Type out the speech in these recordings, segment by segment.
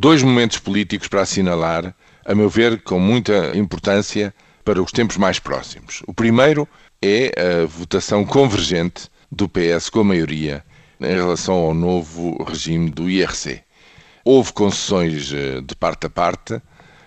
dois momentos políticos para assinalar, a meu ver, com muita importância para os tempos mais próximos. O primeiro é a votação convergente do PS com a maioria em relação ao novo regime do IRC. Houve concessões de parte a parte,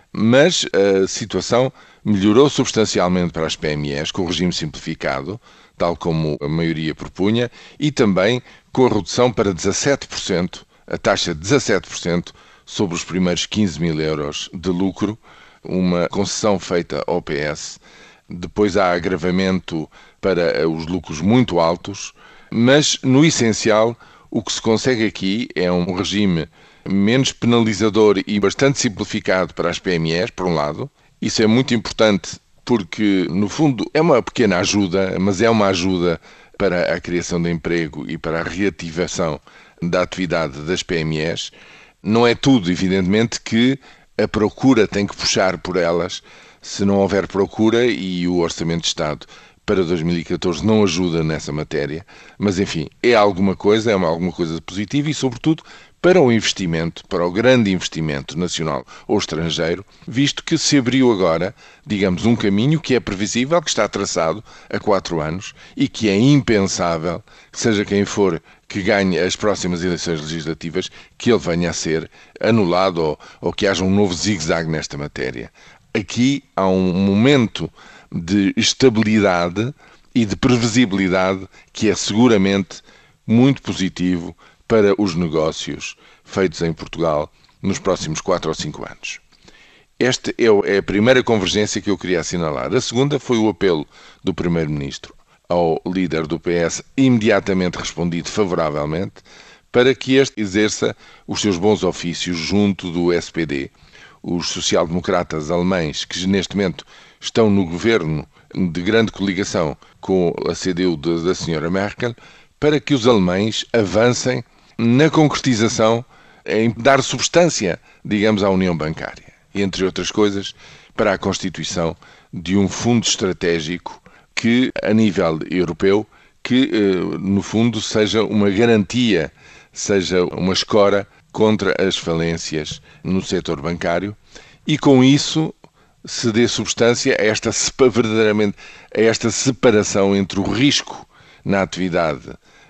mas a situação melhorou substancialmente para as PMEs com o regime simplificado, tal como a maioria propunha, e também com a redução para 17%, a taxa de 17% sobre os primeiros 15 mil euros de lucro, uma concessão feita ao PS. Depois há agravamento para os lucros muito altos, mas no essencial o que se consegue aqui é um regime menos penalizador e bastante simplificado para as PMEs, por um lado. Isso é muito importante porque, no fundo, é uma pequena ajuda, mas é uma ajuda para a criação de emprego e para a reativação da atividade das PMEs. Não é tudo, evidentemente, que a procura tem que puxar por elas. Se não houver procura, e o Orçamento de Estado para 2014 não ajuda nessa matéria, mas enfim, é alguma coisa positiva e, sobretudo, para o investimento, para o grande investimento nacional ou estrangeiro, visto que se abriu agora, digamos, um caminho que é previsível, que está traçado há 4 anos e que é impensável, seja quem for que ganhe as próximas eleições legislativas, que ele venha a ser anulado ou que haja um novo zigue-zague nesta matéria. Aqui há um momento de estabilidade e de previsibilidade que é seguramente muito positivo para os negócios feitos em Portugal nos próximos 4 ou 5 anos. Esta é a primeira convergência que eu queria assinalar. A segunda foi o apelo do Primeiro-Ministro ao líder do PS, imediatamente respondido favoravelmente, para que este exerça os seus bons ofícios junto do SPD. Os social-democratas alemães, que neste momento estão no governo de grande coligação com a CDU da Sra. Merkel, para que os alemães avancem na concretização, em dar substância, digamos, à União Bancária. E, entre outras coisas, para a constituição de um fundo estratégico que, a nível europeu, que, no fundo, seja uma garantia, seja uma escora contra as falências no setor bancário e, com isso, se dê substância verdadeiramente a esta separação entre o risco na atividade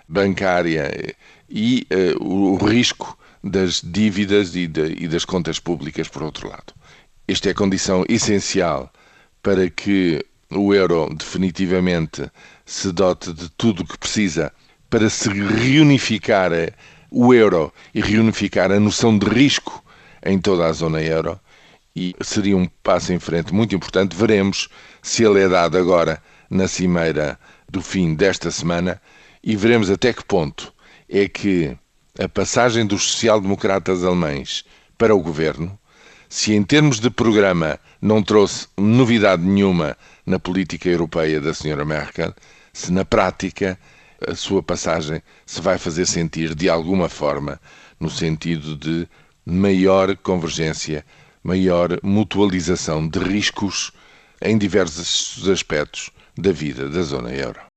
bancária e o risco das dívidas e das contas públicas, por outro lado. Esta é a condição essencial para que o euro definitivamente se dote de tudo o que precisa para se reunificar o euro e reunificar a noção de risco em toda a zona euro. E seria um passo em frente muito importante. Veremos se ele é dado agora na cimeira do fim desta semana e veremos até que ponto é que a passagem dos social-democratas alemães para o governo, se em termos de programa não trouxe novidade nenhuma na política europeia da Sra. Merkel, se na prática a sua passagem se vai fazer sentir de alguma forma no sentido de maior convergência, maior mutualização de riscos em diversos aspectos da vida da zona euro.